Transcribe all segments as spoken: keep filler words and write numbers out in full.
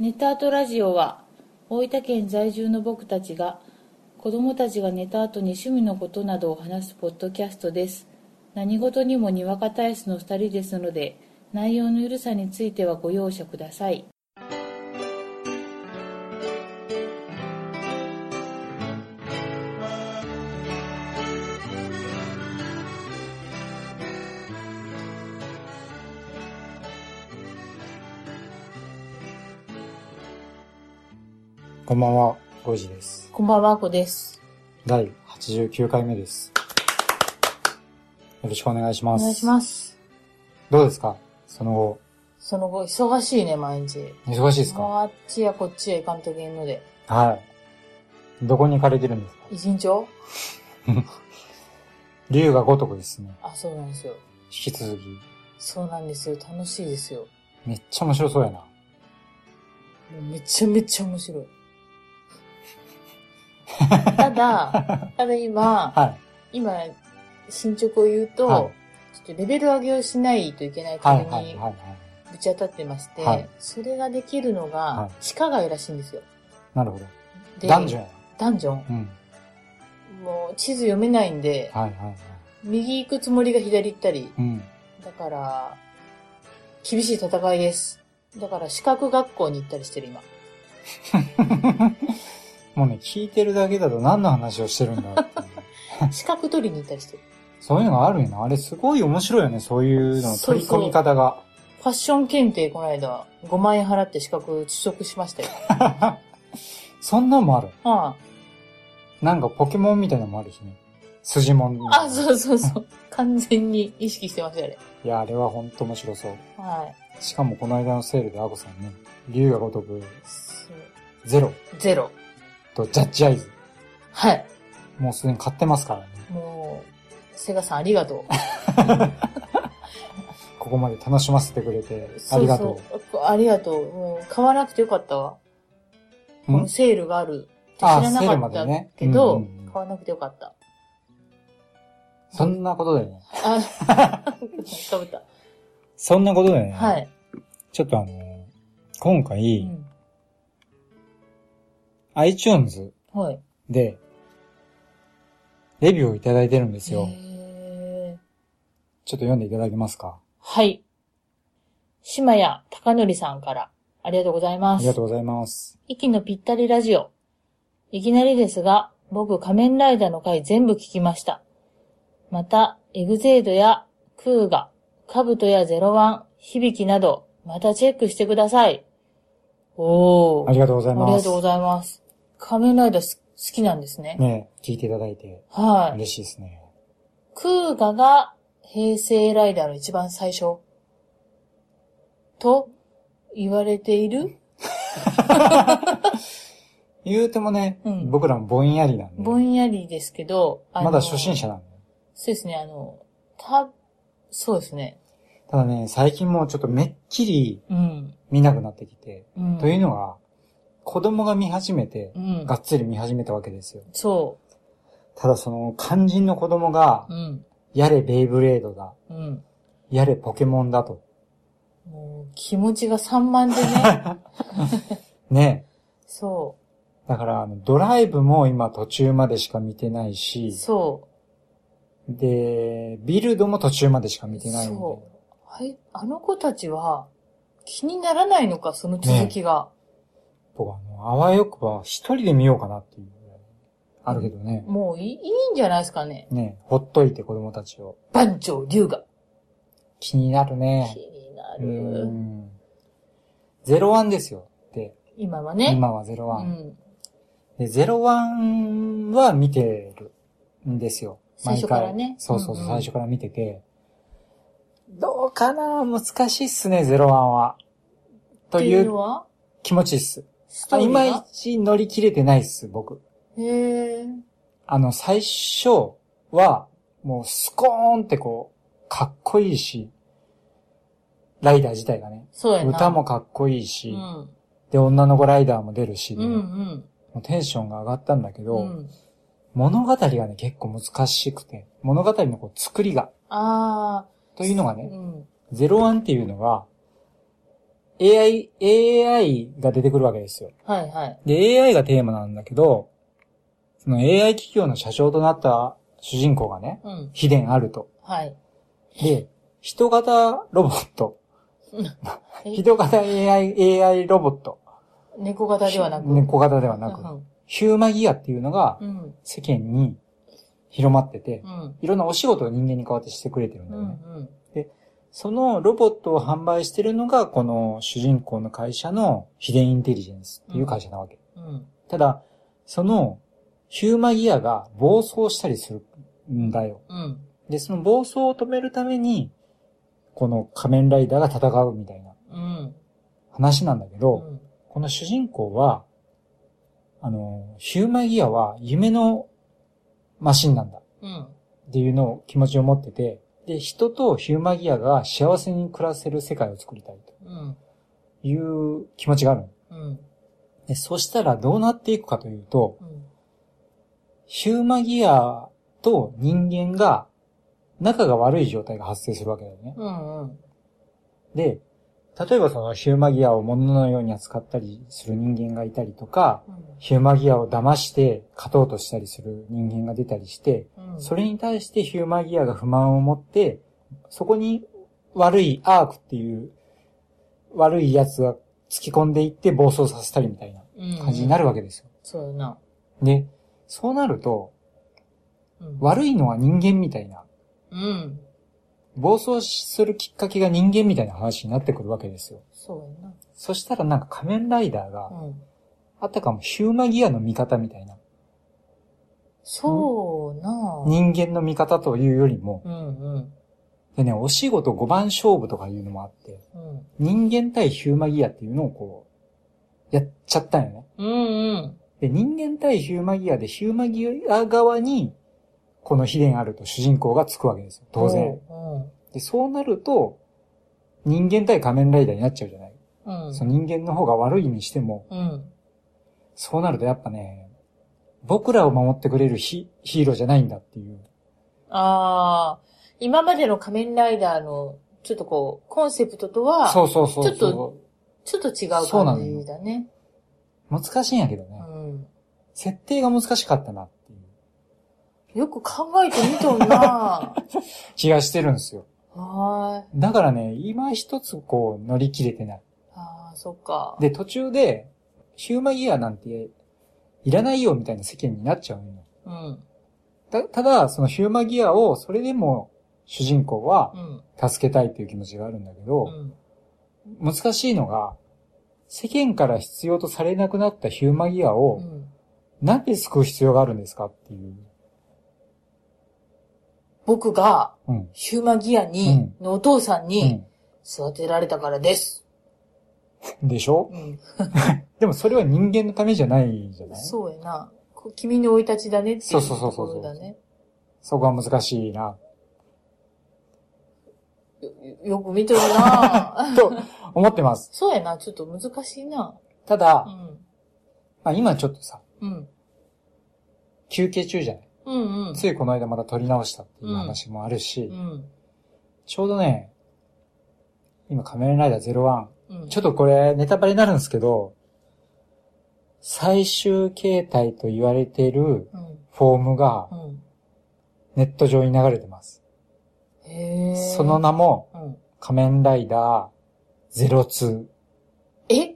ネタアートラジオは大分県在住の僕たちが子どもたちが寝た後に趣味のことなどを話すポッドキャストです。何事にもにわか体質のふたりですので、内容のゆるさについてはご容赦ください。 こんばんは、ゴジです。 こんばんは、こです。 だいはちじゅうきゅうかいめです。よろしくお願いします。 お願いします。 どうですかその後。 その後、忙しいね、毎日。 忙しいですか？ もうあっちやこっちや行かんとけんので。 はい。どこに行かれてるんですか？ 一日を龍が如くですね。 あ、そうなんですよ。 引き続き。 そうなんですよ。楽しいですよ。 めっちゃ面白そうやな。もうめちゃめちゃ面白い。ただ、ただ今、 はい、 今、進捗を言うと、はい、ちょっとレベル上げをしないといけない壁にぶち当たってまして、はいはいはいはい、それができるのが地下街らしいんですよ。 なるほど。ダンジョンや。 ダンジョン、うん、もう地図読めないんで、はいはいはい、右行くつもりが左行ったり、うん、だから、厳しい戦いです。だから資格学校に行ったりしてる今。 もうね、聞いてるだけだと何の話をしてるんだっていう。 資格取りに行ったりしてる。 そういうのがあるんやな。あれすごい面白いよね。そういうのの取り込み方が。 そうそうファッション検定この間ごまんえん払って資格取得しましたよ。 そんなんもある。 ああ。 なんかポケモンみたいなのもあるしね。筋モン。 あ、そうそうそう。完全に意識してましたよ、あれ。 いや、あれはほんと面白そう。 はい。 しかもこの間のセールでアゴさんね、龍が如く、ゼロ。 ゼロ。 と、ジャッジアイズ。 はい。 もうすでに買ってますからね。 もう、セガさんありがとう。 ここまで楽しませてくれて、ありがとう。 そうそう、ありがとう。もう、買わなくてよかったわ。このセールがあるって知らなかったけど、ねうんうん、買わなくてよかった。 そんなことだよね。 あ、かぶった。 そんなことだよね。 はい。 ちょっとあの、今回、うん、iTunes で、レビューをいただいてるんですよ。へー。ちょっと読んでいただけますか？ はい。島谷貴則さんから、ありがとうございます。 ありがとうございます。 息のぴったりラジオ。いきなりですが、僕仮面ライダーの回全部聞きました。また、エグゼイドやクーガ、カブトやゼロワン、響きなど、またチェックしてください。おー。 ありがとうございます。 ありがとうございます。仮面ライダー好きなんですね。 ねえ、聞いていただいて。 はい。 嬉しいですね。 クーガが平成ライダーの一番最初と言われている言うてもね、うん、僕らもぼんやりなんで。 ぼんやりですけど、 まだ初心者なんで。 そうですね、あの、た、そうですね。 ただね、最近もうちょっとめっきり見なくなってきて、うん、というのは、子供が見始めて、うん、がっつり見始めたわけですよ。 そう。 ただその肝心の子供が、うん、やれベイブレードだ、うん、やれポケモンだと。 もう気持ちが散漫でね。 ね。 そう。 だからあのドライブも今途中までしか見てないし、 そう。 で、ビルドも途中までしか見てないんで。 そう。はい、あの子たちは気にならないのか、その続きが。ね、 僕あの、あわよくば一人で見ようかなっていう。あるけどね。 もういい、いいんじゃないですかね。 ねほっといて子供たちを。 番長龍が。 気になるね。 気になる。うん。 ゼロワンですよ。で。 今はね。 今はゼロワン。うん。で、ゼロワンは見てるんですよ。 最初からね。 そうそうそう、うんうん、最初から見てて。どうかな難しいっすね、ゼロワンは。という気持ちっす。いまいち乗り切れてないっす、僕。 へー。 あの、最初は、もうスコーンってこう、かっこいいし、ライダー自体がね。 そうやな。 歌もかっこいいし、うん、で、女の子ライダーも出るしで、 うんうん、 もうテンションが上がったんだけど、うん、物語がね、結構難しくて、物語のこう作りが。 あというのがね、うん、ゼロワンっていうのが、 エーアイ、エーアイ が出てくるわけですよ。 はいはい。 で、エーアイ がテーマなんだけど、その エーアイ 企業の社長となった主人公がね、うん、秘伝あると。 はい。 で、人型ロボット。人型 エーアイ、エーアイ ロボット。 猫型ではなく。 猫型ではなく。うん、ヒューマギアっていうのが世間に広まってて、うん、いろんなお仕事を人間に代わってしてくれてるんだよね。うんうん、で、そのロボットを販売してるのが、この主人公の会社の秘伝インテリジェンスっていう会社なわけ。うんうん、ただ、そのヒューマギアが暴走したりするんだよ。うん、で、その暴走を止めるために、この仮面ライダーが戦うみたいな話なんだけど、うん、この主人公は、あの、ヒューマギアは夢のマシンなんだ。うん、っていうのを気持ちを持ってて、で、人とヒューマギアが幸せに暮らせる世界を作りたいという気持ちがある。うん、で、そしたらどうなっていくかというと、うん、ヒューマギアと人間が仲が悪い状態が発生するわけだよね。うんうん、で、例えばそのヒューマギアを物のように扱ったりする人間がいたりとか、うん、ヒューマギアを騙して勝とうとしたりする人間が出たりして、うん、それに対してヒューマギアが不満を持って、そこに悪いアークっていう悪いやつが突き込んでいって暴走させたりみたいな感じになるわけですよ。うんうん、 そうだな。 で、そうなると、うん、悪いのは人間みたいな。うん。暴走するきっかけが人間みたいな話になってくるわけですよ。 そうやな。 そしたらなんか仮面ライダーが、うん、あたかもヒューマギアの味方みたいな。 そうな。 人間の味方というよりも、うんうん、でね、お仕事ごばん勝負とかいうのもあって、うん、人間対ヒューマギアっていうのをこう、やっちゃったんよね。うんうん、で、人間対ヒューマギアでヒューマギア側に、この秘伝あると主人公がつくわけですよ。当然。うん、で、そうなると、人間対仮面ライダーになっちゃうじゃない。うん、その人間の方が悪いにしても、うん、そうなるとやっぱね、僕らを守ってくれるヒ、ヒーローじゃないんだっていう。 ああ、今までの仮面ライダーの、ちょっとこう、コンセプトとは、 そうそうそうそう。 ちょっと、ちょっと違う感じだね。 難しいんやけどね。うん、設定が難しかったなっていう。 よく考えてみとんな気がしてるんですよ。 はい。 だからね、今一つこう乗り切れてない。 ああ、そっか。 で、途中で、ヒューマギアなんていらないよみたいな世間になっちゃうのよ。うん。た、ただ、そのヒューマギアをそれでも主人公は助けたいという気持ちがあるんだけど、うん、難しいのが、世間から必要とされなくなったヒューマギアを、うん、なんで救う必要があるんですかっていう。 僕が、ヒューマギアに、うん、のお父さんに、育てられたからです。 でしょ、うん、でもそれは人間のためじゃないじゃない？ そうやな。君の生い立ちだねっていうところだね。そうそうそうそう。 そこは難しいな。 よ, よく見てるなと思ってます。 そうやな。ちょっと難しいな。 ただ、うん、まあ今ちょっとさ、うん、休憩中じゃない、うんうん、ついこの間また撮り直したっていう話もあるし、うんうん、ちょうどね、今仮面ライダーゼロワン、うん、ちょっとこれネタバレになるんですけど、最終形態と言われているフォームがネット上に流れてます。へー、その名も、うん、仮面ライダーゼロツー。 え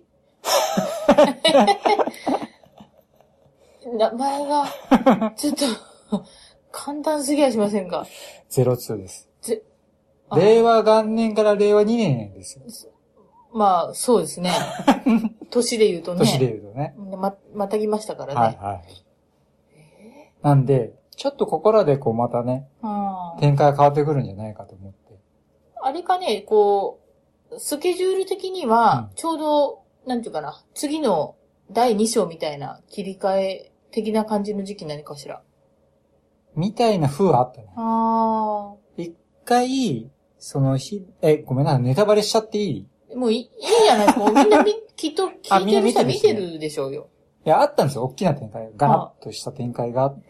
名前が、ちょっと、簡単すぎやしませんか？ ゼロツーです。令和元年から令和にねんですよ。 まあ、そうですね。年で言うとね。 年で言うとね。 ま、またぎましたからね。 はいはい。えー、なんで、ちょっとここらでこうまたね、展開が変わってくるんじゃないかと思って。 あれかね、こう、スケジュール的には、ちょうど、うん、なんていうかな、次のだいに章みたいな切り替え的な感じの時期何かしら。 みたいな風はあったね。ああ。一回、その日、え、ごめんな、ネタバレしちゃっていい？ もういい、いいじゃないですか。みんなみ、きっと聞いてる人は見てるでしょうよ。 いや、あったんですよ。大きな展開。ガラッとした展開があって、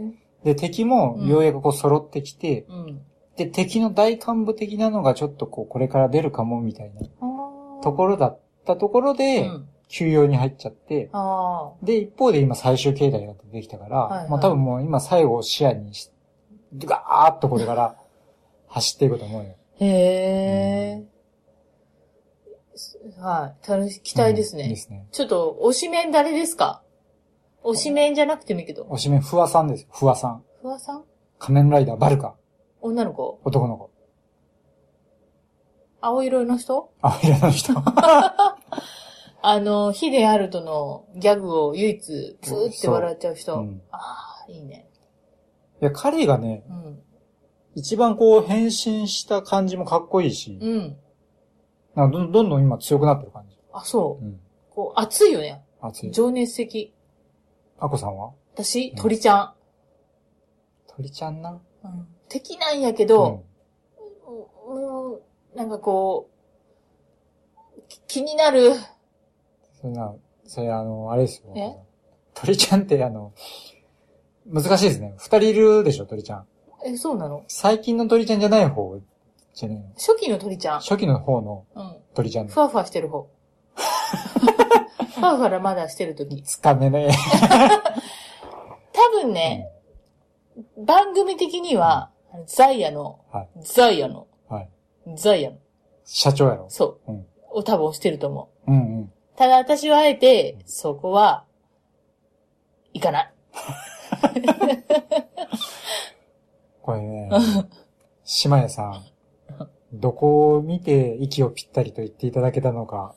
で、敵もようやくこう揃ってきて、うん、で、敵の大幹部的なのがちょっとこう、これから出るかも、みたいな。 ところだったところで、休養に入っちゃって、 あで、一方で今最終形態が出てきたから、はいはい、まあ多分もう今最後を視野にし、ガーッとこれから走っていくと思うよ。 へー。うん、はい。楽し、期待ですね。うん、ですね。ちょっと、推しメン誰ですか？推しメンじゃなくてもいいけど。 推しメン、フワさんですよ。フワさん。 フワさん？ 仮面ライダーバルカ。 女の子？ 男の子。 青色の人？ 青色の人。 あの、ヒデアルトのギャグを唯一、ツーって笑っちゃう人。ううん、ああ、いいね。 いや、彼がね、うん、一番こう変身した感じもかっこいいし、うん、なんかど, どんどん今強くなってる感じ。 あ、そう。うん、こう、熱いよね。 熱い。 情熱的。 あこさんは？ 私、鳥ちゃん。 鳥ちゃんな。 うん。敵なんやけど、うん、うん、なんかこう、気になる。 それな、それあの、あれですよ。え？鳥ちゃんってあの、難しいですね。二人いるでしょ、鳥ちゃん。 え、そうなの？ 最近の鳥ちゃんじゃない方じゃねえの？ 初期の鳥ちゃん。 初期の方の鳥ちゃん。うん、 ふわふわしてる方。ふわふわまだしてるとき。 つかめねえ。 多分ね、うん、番組的には、うん、ザイヤの、はい、ザイヤの、はい、ザイヤの。 社長やろ？ そう。うん、を多分押してると思う。 うんうん。 ただ私はあえて、そこは、行かない。 これね、島谷さん、どこを見て息をぴったりと言っていただけたのか。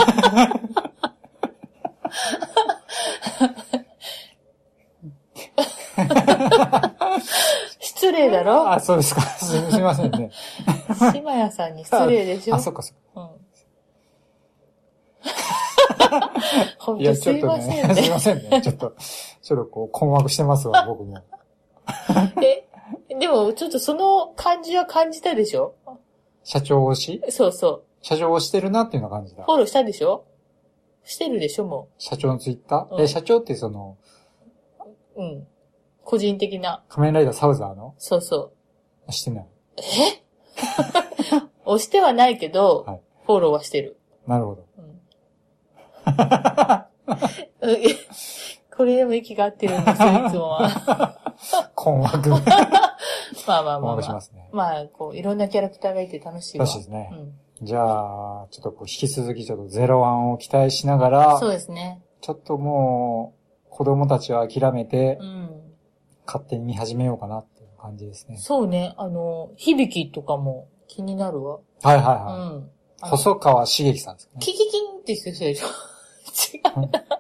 失礼だろ？ あ、そうですか。すみませんね。 島谷さんに失礼でしょ？ あ、そっかそっか。うん本当すいませんね。 いや、ちょっとね、すいませんね。ちょっと、ちょっとこう、困惑してますわ、僕も。 え、でも、ちょっとその感じは感じたでしょ？ 社長推し？ そうそう。 社長推してるなっていうのを感じた。 フォローしたでしょ？してるでしょ、もう。社長のツイッター、うん、え、社長ってその、 うん。個人的な。 仮面ライダーサウザーの？ そうそう。 してない。 え押してはないけど、はい、フォローはしてる。 なるほど。 これでも息が合ってるんですよ、いつもは。 困惑。 まあまあまあ、まあ。 困惑しますね。 まあ、こう、いろんなキャラクターがいて楽しいわ。 楽しいですね。うん、じゃあ、ちょっとこう、引き続きちょっとゼロワンを期待しながら、 そうですね。 ちょっともう、子供たちは諦めて、うん、勝手に見始めようかなっていう感じですね。 そうね。あの、響きとかも気になるわ。 はいはいはい。うん、細川茂樹さんですね。 キキキンって言ってるでしょ。違うな。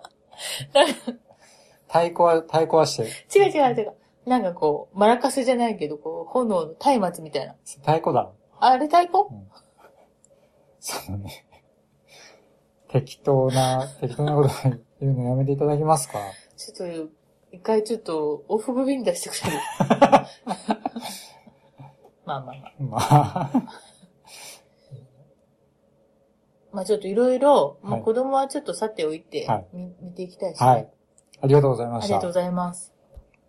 太鼓は、太鼓はしてる。 違う違う違う。なんかこう、マラカスじゃないけど、こう、炎の松明みたいな。 太鼓だろ。 あれ太鼓、うん、 そのね、適当な、適当なこと言うのやめていただけますか？ ちょっと、一回ちょっと、オフグビン出してくれる。まあまあまあ。まあ。まあちょっといろいろ、もう子供はちょっとさておいて、はい、見, 見ていきたいですね。はい。 ありがとうございました。 ありがとうございます。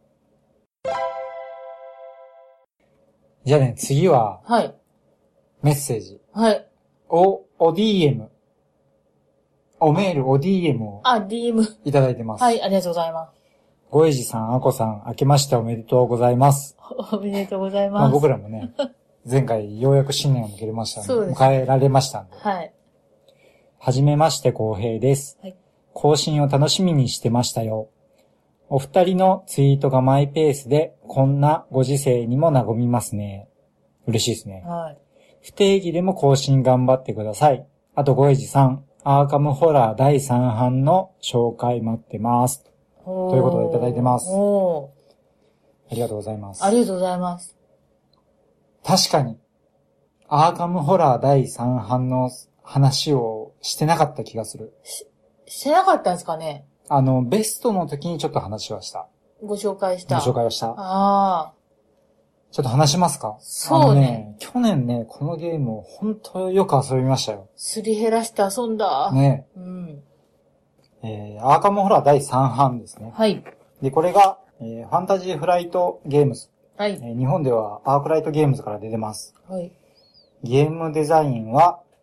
じゃあね、次は、 はい。 メッセージ。 はい。 お、お ディーエム。おメール、お ディーエム を。 あ、ディーエム。 いただいてます。 はい、ありがとうございます。 ごえじさん、あこさん、明けましておめでとうございます。 おめでとうございます。 まあ僕らもね、前回ようやく新年を迎えましたんで、そうです。迎えられましたんで。 はい。 はじめまして、こうへいです。はい。更新を楽しみにしてましたよ。お二人のツイートがマイペースで、こんなご時世にも和みますね。嬉しいですね。 はい。 不定期でも更新頑張ってください。あと、ごえじさん、アーカムホラーだいさん版の紹介待ってます。ということでいただいてます。 おありがとうございます。 ありがとうございます。 確かに、アーカムホラーだいさん版の話をしてなかった気がする。 し、してなかったんですかね？ あの、ベストの時にちょっと話はした。 ご紹介した。 ご紹介はした。 ああ。 ちょっと話しますか？ そうね。 ね、去年ね、このゲームを本当よく遊びましたよ。 すり減らして遊んだ。 ね。 うん。 えー、アーカムホラーだいさん版ですね。 はい。 で、これが、えー、ファンタジーフライトゲームズ。 はい。 えー、日本ではアークライトゲームズから出てます。 はい。 ゲームデザインは、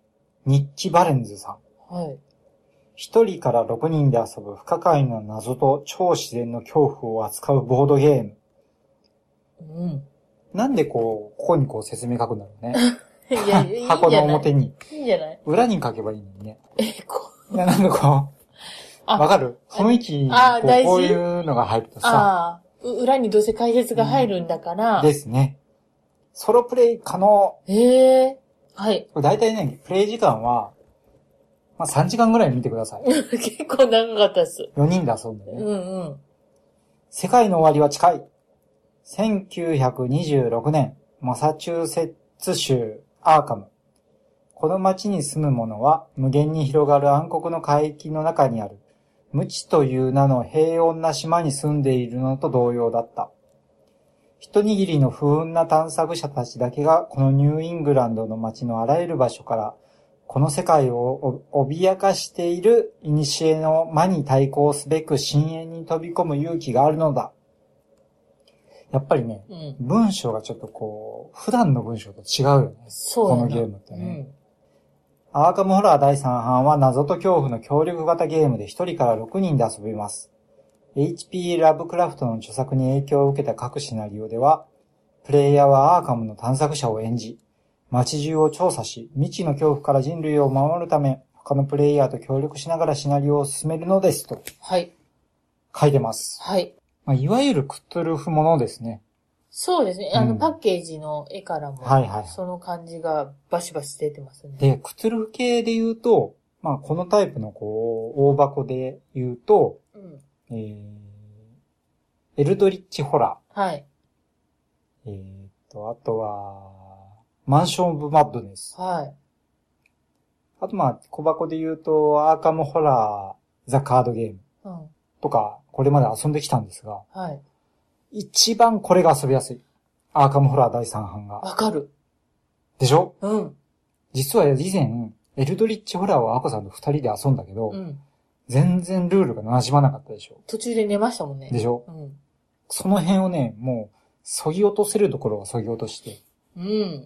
日記バレンズさん。はい。 一人から六人で遊ぶ不可解な謎と超自然の恐怖を扱うボードゲーム。うん。なんでこう、ここにこう説明書くんだろうね。 いや、いいんじゃない箱の表に。 いいんじゃない裏に書けばいいのにね。 え、こう。いや、なんかこう、わかる雰囲気、 あこう、こういうのが入るとさ。 ああ、裏にどうせ解説が入るんだから。 うん、ですね。ソロプレイ可能。 へえ。はい。 だいたいね、プレイ時間は、まあさんじかんぐらい見てください。 結構長かったっす。 よにんで遊んでね。 うんうん。 世界の終わりは近い。せんきゅうひゃくにじゅうろくねん、マサチューセッツ州アーカム。この町に住む者は無限に広がる暗黒の海域の中にある無知という名の平穏な島に住んでいるのと同様だった。一握りの不運な探索者たちだけがこのニューイングランドの街のあらゆる場所からこの世界を脅かしている古の魔に対抗すべく深淵に飛び込む勇気があるのだ。やっぱりね、うん、文章がちょっとこう、普段の文章と違うよね。そうこのゲームってね。うん、アーカムホラーだいさん版は謎と恐怖の協力型ゲームでひとりからろくにんで遊びます。エイチピー ラブクラフトの著作に影響を受けた各シナリオでは、プレイヤーはアーカムの探索者を演じ、街中を調査し、未知の恐怖から人類を守るため、他のプレイヤーと協力しながらシナリオを進めるのですと。はい。書いてます。はい。まあ、いわゆるクトゥルフものですね。 そうですね。あの、うん、パッケージの絵からも、はいはい。その感じがバシバシ出てますね。 で、クトゥルフ系で言うと、まあ、このタイプのこう、大箱で言うと、うん、えー、エルドリッチホラー。はい。えーと、あとは、マンション・オブ・マッドネス。はい。あとまあ、小箱で言うと、アーカム・ホラー・ザ・カードゲーム。うん。とか、これまで遊んできたんですが。はい。一番これが遊びやすい。アーカム・ホラーだいさん版が。 わかる。 でしょ？うん。実は以前、エルドリッチ・ホラーをアコさんと二人で遊んだけど、うん。全然ルールが馴染まなかったでしょ？ 途中で寝ましたもんね。 でしょ？うん。その辺をね、もう、削ぎ落とせるところは削ぎ落として。うん。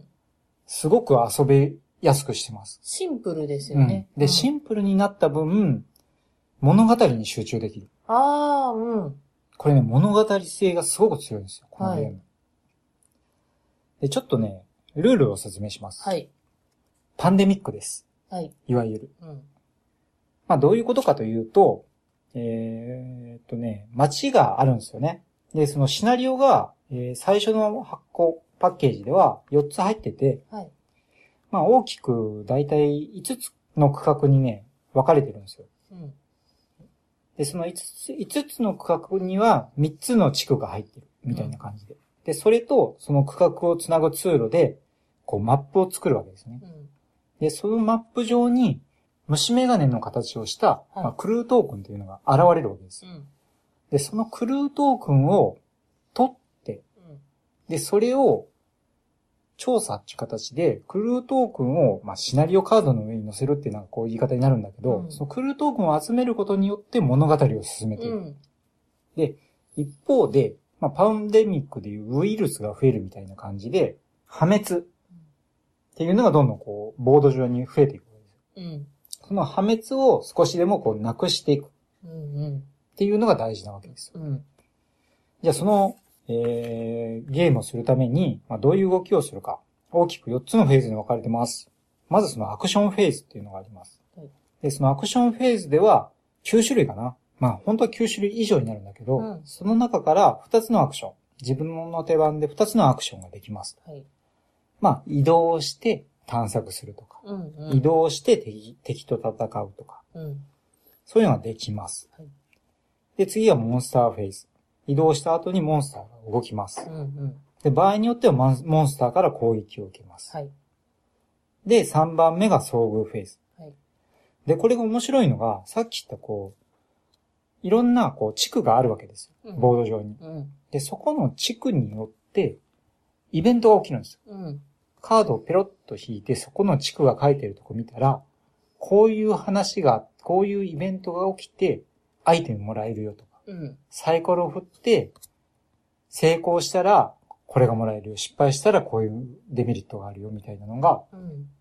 すごく遊べやすくしてます。 シンプルですよね。 うん、で、うん、シンプルになった分、物語に集中できる。ああ、うん。これね、物語性がすごく強いんですよ、このゲーム。はい、で、ちょっとね、ルールを説明します。はい。パンデミックです。はい。いわゆる。うん。まあ、どういうことかというと、えー、っとね、街があるんですよね。で、そのシナリオが、えー、最初の発行、パッケージではよっつ入ってて、はい。まあ、大きくだいたいいつつの区画にね、分かれてるんですよ。うん。で、そのいつつ、いつつの区画にはみっつの地区が入ってるみたいな感じで。うん、で、それとその区画をつなぐ通路で、こうマップを作るわけですね。うん、で、そのマップ上に虫眼鏡の形をした、はい、まあ、クルートークンというのが現れるわけです。うん、で、そのクルートークンを取って、うん、で、それを調査っていう形で、クルートークンを、まあ、シナリオカードの上に載せるっていうのがこういう言い方になるんだけど、うん、そのクルートークンを集めることによって物語を進めている。うん、で、一方で、まあ、パンデミックでいうウイルスが増えるみたいな感じで、破滅っていうのがどんどんこう、ボード上に増えていくわけですよ。うん、その破滅を少しでもこう、なくしていくっていうのが大事なわけですよ。うん、じゃあその、えー、ゲームをするために、まあ、どういう動きをするか。大きくよっつのフェーズに分かれてます。まずそのアクションフェーズっていうのがあります。はい、で、そのアクションフェーズではきゅうしゅるいかな。まあ本当はきゅうしゅるい以上になるんだけど、うん、その中からふたつのアクション。自分の手番でふたつのアクションができます。はい、まあ移動して探索するとか、うんうん、移動して 敵, 敵と戦うとか、うん、そういうのができます。はい、で、次はモンスターフェーズ。移動した後にモンスターが動きます。うんうん、で、場合によってはモンスターから攻撃を受けます。はい、で、さんばんめが遭遇フェーズ。はい、で、これが面白いのが、さっき言ったこう、いろんなこう地区があるわけですよ。ボード上に。うん、で、そこの地区によってイベントが起きるんですよ。うん、カードをペロッと引いて、そこの地区が書いてるとこ見たら、こういう話が、こういうイベントが起きて、アイテムもらえるよとか。うん、サイコロを振って、成功したらこれがもらえるよ。失敗したらこういうデメリットがあるよみたいなのが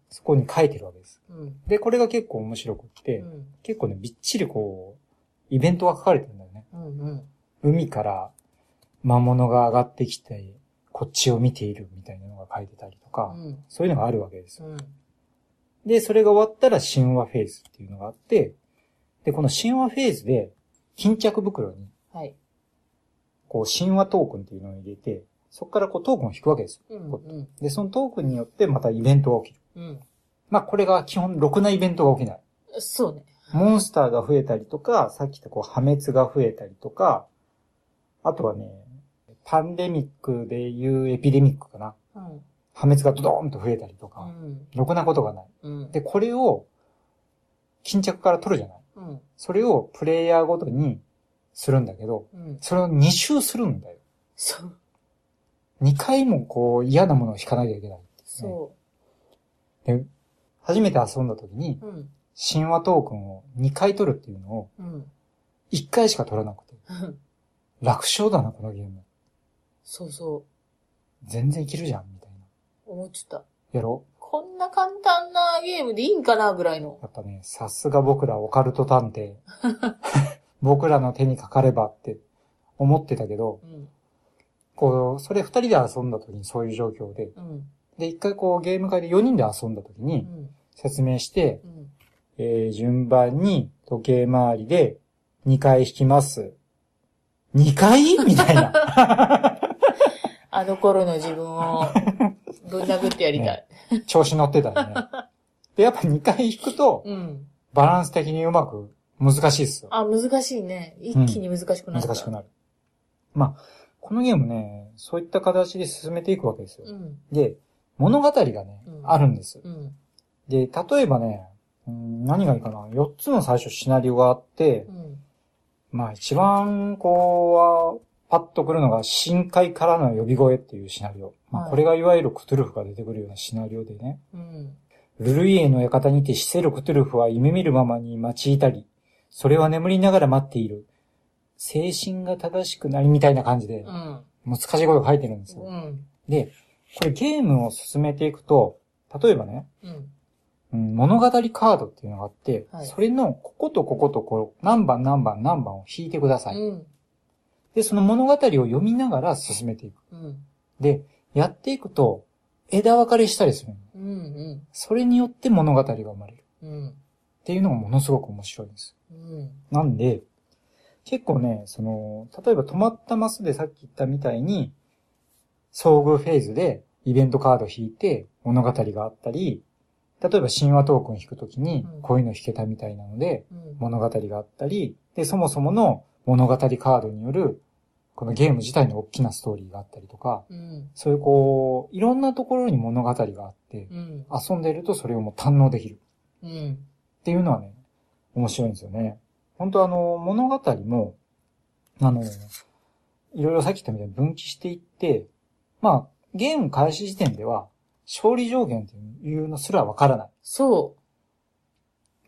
そこに書いてるわけです。 うん、 で、これが結構面白くって、うん、結構ね、びっちりこう、イベントが書かれてるんだよね。うんうん、海から魔物が上がってきて、こっちを見ているみたいなのが書いてたりとか、うん、そういうのがあるわけですよ。うん、で、それが終わったら神話フェーズっていうのがあって、で、この神話フェーズで、巾着袋に、はい、こう、神話トークンっていうのを入れて、そこからこうトークンを引くわけですよ。うんうん、で、そのトークンによってまたイベントが起きる。うん、まあ、これが基本、ろくなイベントが起きない。 そうね。 モンスターが増えたりとか、さっき言ったこう、破滅が増えたりとか、あとはね、パンデミックでいうエピデミックかな。うん、破滅がドドーンと増えたりとか、うん、ろくなことがない。うん、で、これを、巾着から取るじゃない。うん、それをプレイヤーごとにするんだけど、うん、それをに周するんだよ。そう。にかいもこう嫌なものを引かなきゃいけない、ね。そう。で、初めて遊んだ時に、うん、神話トークンをにかい取るっていうのを、いっかいしか取らなくて、うん、楽勝だな、このゲーム。 そうそう。 全然いけるじゃん、みたいな。 思っちゃった。 やろ？ こんな簡単なゲームでいいんかな、ぐらいの。 やっぱね、さすが僕らオカルト探偵。僕らの手にかかればって思ってたけど、うん、こう、それ二人で遊んだ時にそういう状況で、うん、で、一回こうゲーム会でよにんで遊んだ時に説明して、うん、えー、順番に時計回りでにかい引きます。にかいみたいな。 あの頃の自分をぶん殴ってやりたい。 ね、調子乗ってたね。で、やっぱにかい引くと、うん、バランス的にうまく難しいっすよ。 あ、難しいね。一気に難しくなる、 うん。難しくなる。まあ、このゲームね、そういった形で進めていくわけですよ。うん、で、物語がね、うん、あるんです、うん。で、例えばね、うん、何がいいかな、よっつの最初シナリオがあって、うん、まあ一番こう、パッと来るのが深海からの呼び声っていうシナリオ。まあ、これがいわゆるクトゥルフが出てくるようなシナリオでね。うん、ルルイエの館にて死せるクトゥルフは夢見るままに待ちいたり、それは眠りながら待っている。精神が正しくなりみたいな感じで、うん、難しいこと書いてるんですよ。うん、で、これゲームを進めていくと、例えばね、うんうん、物語カードっていうのがあって、はい、それのこことこことこう何番何番何番を引いてください。うん、で、その物語を読みながら進めていく。うん、で、やっていくと枝分かれしたりする、うんうん。それによって物語が生まれる。うん、っていうのがものすごく面白いんです。うん、なんで、結構ね、その、例えば止まったマスでさっき言ったみたいに、遭遇フェーズでイベントカード引いて物語があったり、例えば神話トークン引くときにこういうの引けたみたいなので物語があったり、で、そもそもの物語カードによるこのゲーム自体の大きなストーリーがあったりとか、うん、そういうこう、いろんなところに物語があって、うん、遊んでいるとそれをもう堪能できる。うん、っていうのはね、面白いんですよね。本当あの、物語も、あの、いろいろさっき言ったみたいに分岐していって、まあ、ゲーム開始時点では、勝利条件っていうのすらわからない。 そう。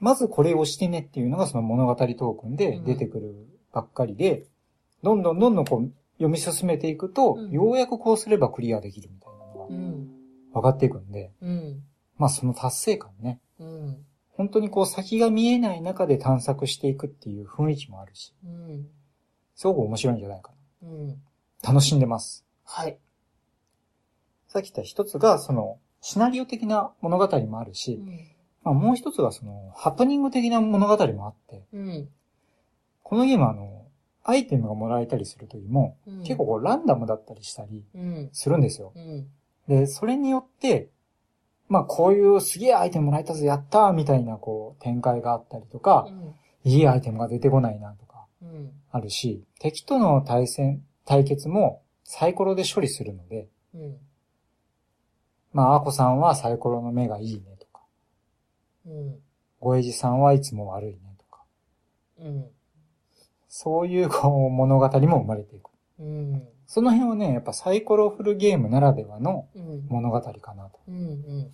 まずこれをしてねっていうのがその物語トークンで出てくるばっかりで、うん、どんどんどんどんこう読み進めていくと、うん、ようやくこうすればクリアできるみたいなのが分かっていくんで、うん、まあその達成感ね、うん、本当にこう先が見えない中で探索していくっていう雰囲気もあるし、うん、すごく面白いんじゃないかな。うん、楽しんでます。はい。さっき言った一つがそのシナリオ的な物語もあるし、うん、まあ、もう一つはそのハプニング的な物語もあって、うん、このゲームはあのアイテムがもらえたりするときも、うん、結構こうランダムだったりしたりするんですよ。うん、で、それによって、まあこういうすげえアイテムもらえたぞ、やったーみたいなこう展開があったりとか、うん、いいアイテムが出てこないなとか、あるし、敵との対戦、対決もサイコロで処理するので、うん、まあ、アコさんはサイコロの目がいいねとか、うん、ゴエジさんはいつも悪いねとか、うん、そういうこう物語も生まれていく。うん、その辺はね、やっぱサイコロフルゲームならではの物語かなと。うんうんうん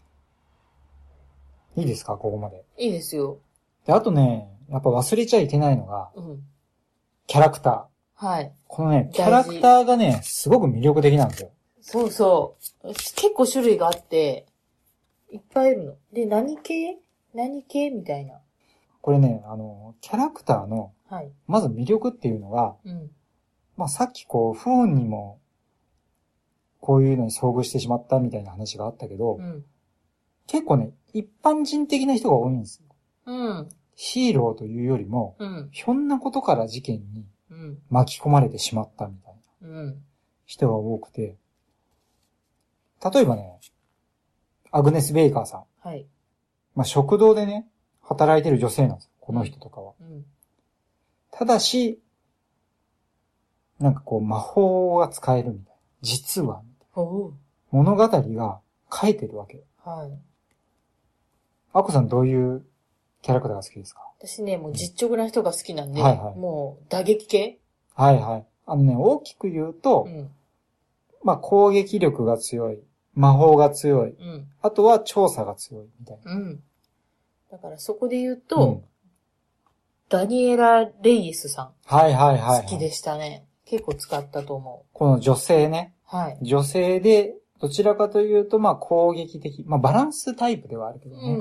、いいですか、ここまで。 いいですよ。 で、あとね、やっぱ忘れちゃいけないのが、うん、キャラクター。はい。このね、キャラクターがね、すごく魅力的なんですよ。 そうそう。結構種類があって、 いっぱいいるの。で、何系何系みたいな。 これね、あの、キャラクターの、 はい。 まず魅力っていうのが、うん、まあさっきこう、不運にも、こういうのに遭遇してしまったみたいな話があったけど、うん、結構ね、一般人的な人が多いんですよ。うん。ヒーローというよりも、うん、ひょんなことから事件に巻き込まれてしまったみたいな人が多くて、例えばね、アグネス・ベイカーさん。はい。まあ、食堂でね、働いてる女性なんですよ。この人とかは。うん。ただし、なんかこう、魔法が使えるみたいな。実は、物語が書いてるわけ。はい。アコさんどういうキャラクターが好きですか？ 私ね、もう実直な人が好きなんで、はいはい、もう打撃系？ はいはい。あのね、大きく言うと、うん、まあ、攻撃力が強い。魔法が強い。うん、あとは調査が強いみたいな。うん。 だからそこで言うと、うん、ダニエラ・レイエスさん。 はいはいはい、はい。 好きでしたね。結構使ったと思う。 この女性ね。はい。女性で、どちらかというと、まあ攻撃的。まあバランスタイプではあるけどね。うんうん。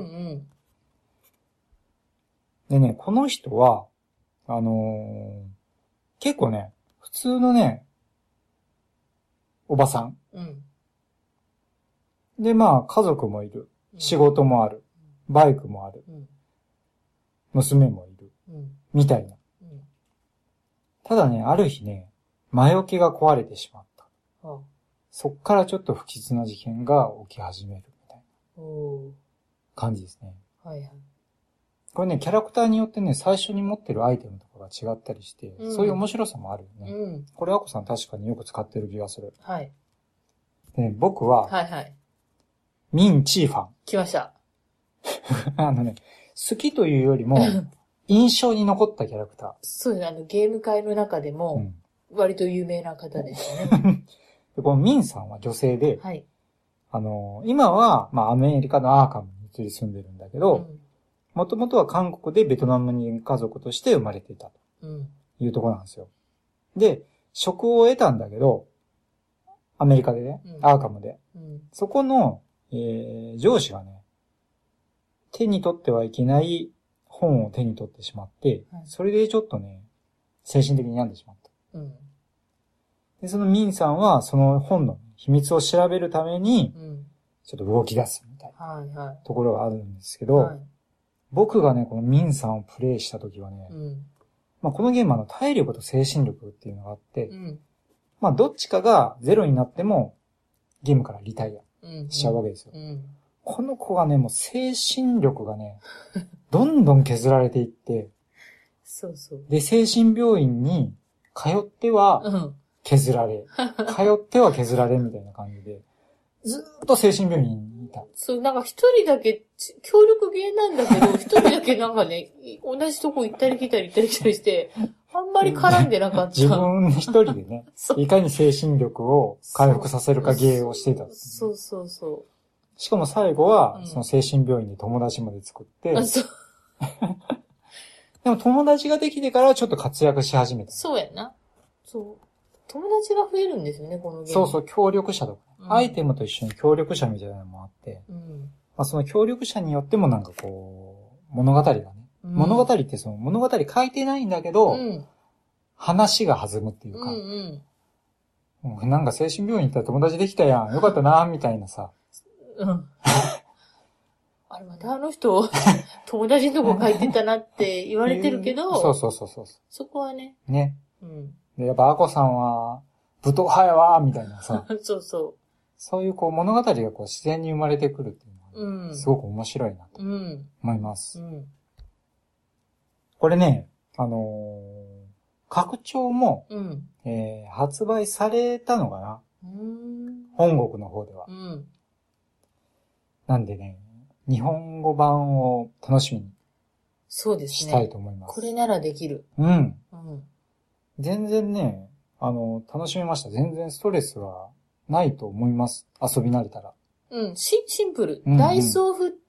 でね、この人は、あのー、結構ね、普通のね、おばさん。うん。で、まあ、家族もいる。仕事もある。うん、バイクもある。うん、娘もいる。うん、みたいな、うん。ただね、ある日ね、魔除けが壊れてしまった。ああ、そっからちょっと不吉な事件が起き始めるみたいな感じですね。はいはい。これね、キャラクターによってね、最初に持ってるアイテムとかが違ったりして、うん、そういう面白さもあるよね。うん、これ、アコさん確かによく使ってる気がする。はい。でね、僕は、はいはい。ミン・チーファン。 来ました。 あのね、好きというよりも、印象に残ったキャラクター。 そうですね、あの、ゲーム界の中でも、割と有名な方でしたね。 でこのミンさんは女性で、はい、あの、今は、まあ、アメリカのアーカムに移り住んでるんだけど、もともとは韓国でベトナム人家族として生まれていたというところなんですよ。で、職を得たんだけど、アメリカでね、うん、アーカムで、うん、そこの、えー、上司がね、手に取ってはいけない本を手に取ってしまって、はい、それでちょっとね、精神的に病んでしまった。うん、で、そのミンさんはその本の秘密を調べるために、ちょっと動き出すみたいなところがあるんですけど、はいはい、僕がね、このミンさんをプレイしたときはね、うん、まあ、このゲームは体力と精神力っていうのがあって、うん、まあ、どっちかがゼロになっても、ゲームからリタイアしちゃうわけですよ。うんうん、この子がね、もう精神力がね、どんどん削られていって、そうそう。で、精神病院に通っては削られ、うん、通っては削られみたいな感じで、ずーっと精神病院にいた。 そう、なんか一人だけ、協力ゲーなんだけど、一人だけなんかね、同じとこ行ったり来たり行ったり来たりして、あんまり絡んでなかった。 自分一人でね、いかに精神力を回復させるかゲーをしていた、ね。 そうそうそう。 しかも最後は、その精神病院で友達まで作って、うん、そうでも友達ができてからちょっと活躍し始めた。 そうやな。そう。友達が増えるんですよね、このゲーム。 そうそう、協力者とか、うん。アイテムと一緒に協力者みたいなのもあって、うん、まあ、その協力者によってもなんかこう、物語がね、うん、物語ってその物語書いてないんだけど、うん、話が弾むっていうか、うんうん、なんか精神病院行ったら友達できたやん、よかったな、みたいなさ。うん。 あれ、またあの人、友達のとこ書いてたなって言われてるけど、 そうそうそうそう。そこはね。 ね。うん。で、やっぱアコさんは、武闘派やわ、みたいなさ。 そうそう。 そういうこう物語がこう自然に生まれてくるっていうのは、うん、すごく面白いなと思います。うんうん、これね、あのー、拡張も、うんえー、発売されたのかな、うん本国の方では、うん。なんでね、日本語版を楽しみにそうですね。 したいと思います。 これならできる。 うん。うん、全然ね、あの、楽しめました。全然ストレスはないと思います。遊び慣れたら。 うん、シシンプル。うんうん、ダイスを振って、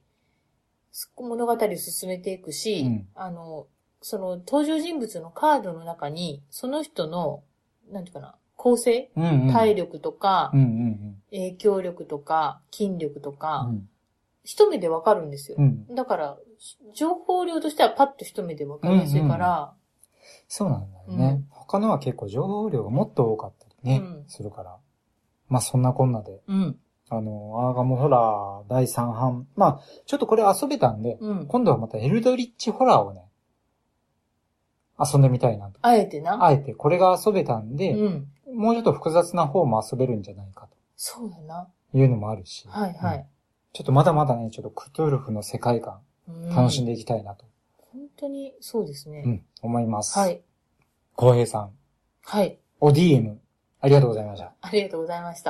物語を進めていくし、うん、あの、その登場人物のカードの中に、その人の、なんていうかな、構成、うんうん、体力とか、うんうんうん、影響力とか、筋力とか、うん、 一目でわかるんですよ。 うん、 だから、情報量としてはパッと一目でわかりやすいから。うんうん、 そうなんだよね、うん。他のは結構情報量がもっと多かったりね、うん、するから。まあそんなこんなで。うん、あの、アーガムホラーだいさん版。まあ、ちょっとこれ遊べたんで、うん、今度はまたエルドリッチホラーをね、遊んでみたいなと。 あえてな。 あえて、これが遊べたんで、うん、もうちょっと複雑な方も遊べるんじゃないかと。 そうだな。 いうのもあるし。 はいはい、うん。 ちょっとまだまだね、ちょっとクトゥルフの世界観、楽しんでいきたいなと。 うん、本当にそうですね。 うん、思います。 はい。 浩平さん。 はい。 お ディーエム、ありがとうございました。 ありがとうございました。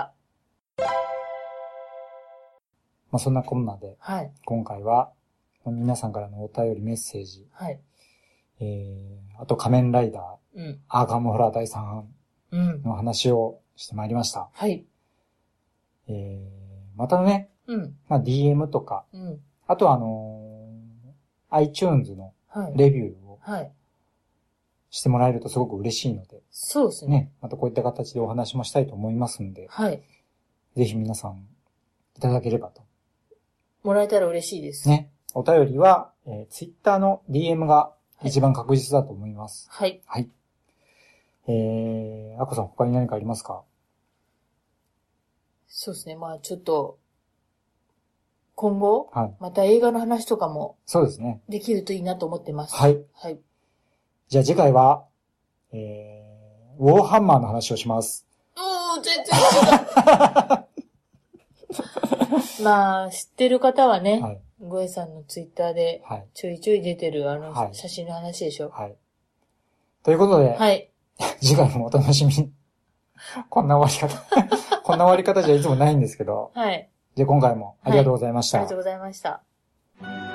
まあそんなこんなで、はい、今回は皆さんからのお便りメッセージ、はい、えー、あと仮面ライダー、うん、アーガムホラーだいさん版の話をしてまいりました。はい。えー、またね、うん、まあ ディーエム とか、うん、あとあのー、iTunes のレビューを、はい、してもらえるとすごく嬉しいので、 そうですね。 ね、またこういった形でお話もしたいと思いますんで、はい、ぜひ皆さんいただければと。 もらえたら嬉しいです。 ね。お便りは、えー、Twitter の ディーエム が一番確実だと思います。はい。はい。えー、あこさん他に何かありますか？ そうですね。まあちょっと、今後、はい、また映画の話とかも、 そうですね。 できるといいなと思ってます。 はい。はい。じゃあ次回は、えー、ウォーハンマーの話をします。 うー、全然違う。まあ、知ってる方はね、はい、ゴエさんのツイッターで、ちょいちょい出てるあの写真の話でしょ。はい。はい、 ということで、はい、次回もお楽しみに。こんな終わり方。こんな終わり方じゃいつもないんですけど。はい。じゃあ今回もありがとうございました。 はい、ありがとうございました。